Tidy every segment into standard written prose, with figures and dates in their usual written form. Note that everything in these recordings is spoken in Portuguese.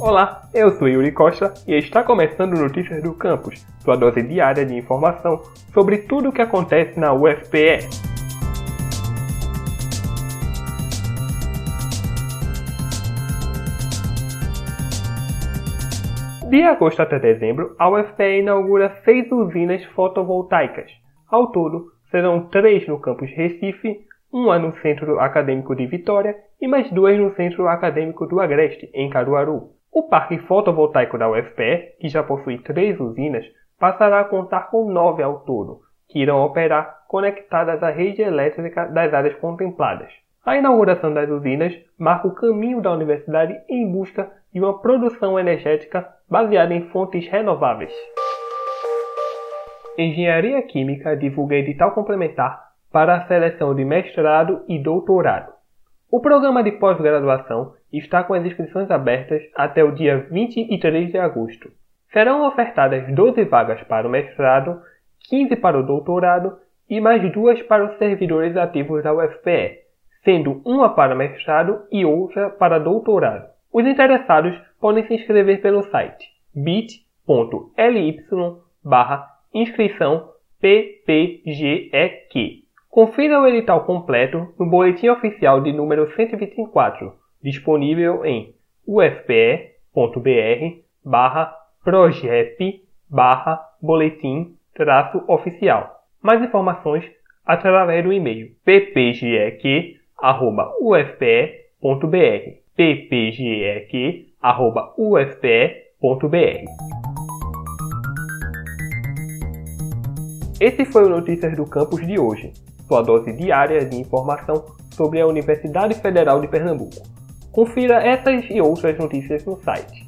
Olá, eu sou Yuri Costa e está começando Notícias do Campus, sua dose diária de informação sobre tudo o que acontece na UFPE. De agosto até dezembro, a UFPE inaugura 6 usinas fotovoltaicas. Ao todo, serão 3 no campus Recife, 1 no Centro Acadêmico de Vitória e mais 2 no Centro Acadêmico do Agreste, em Caruaru. O parque fotovoltaico da UFPE, que já possui 3 usinas, passará a contar com 9 ao todo, que irão operar conectadas à rede elétrica das áreas contempladas. A inauguração das usinas marca o caminho da universidade em busca de uma produção energética baseada em fontes renováveis. Engenharia Química divulga edital complementar para a seleção de mestrado e doutorado. O programa de pós-graduação está com as inscrições abertas até o dia 23 de agosto. Serão ofertadas 12 vagas para o mestrado, 15 para o doutorado e mais 2 para os servidores ativos da UFPE, sendo uma para mestrado e outra para doutorado. Os interessados podem se inscrever pelo site bit.ly/inscrição ppgeq. Confira o edital completo no Boletim Oficial de número 124, disponível em ufpe.br/projep/boletim-oficial. Mais informações através do e-mail ppgeq@ufpe.br ppgeq@ufpe.br. Esse foi o Notícias do Campus de hoje, sua dose diária de informação sobre a Universidade Federal de Pernambuco. Confira essas e outras notícias no site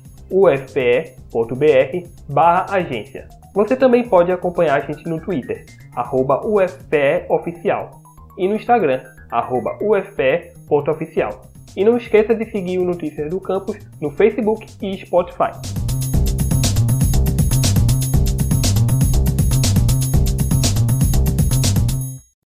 ufpe.br/agência. Você também pode acompanhar a gente no Twitter, @UFPEOficial, e no Instagram, @UFPE.oficial. E não esqueça de seguir o Notícias do Campus no Facebook e Spotify.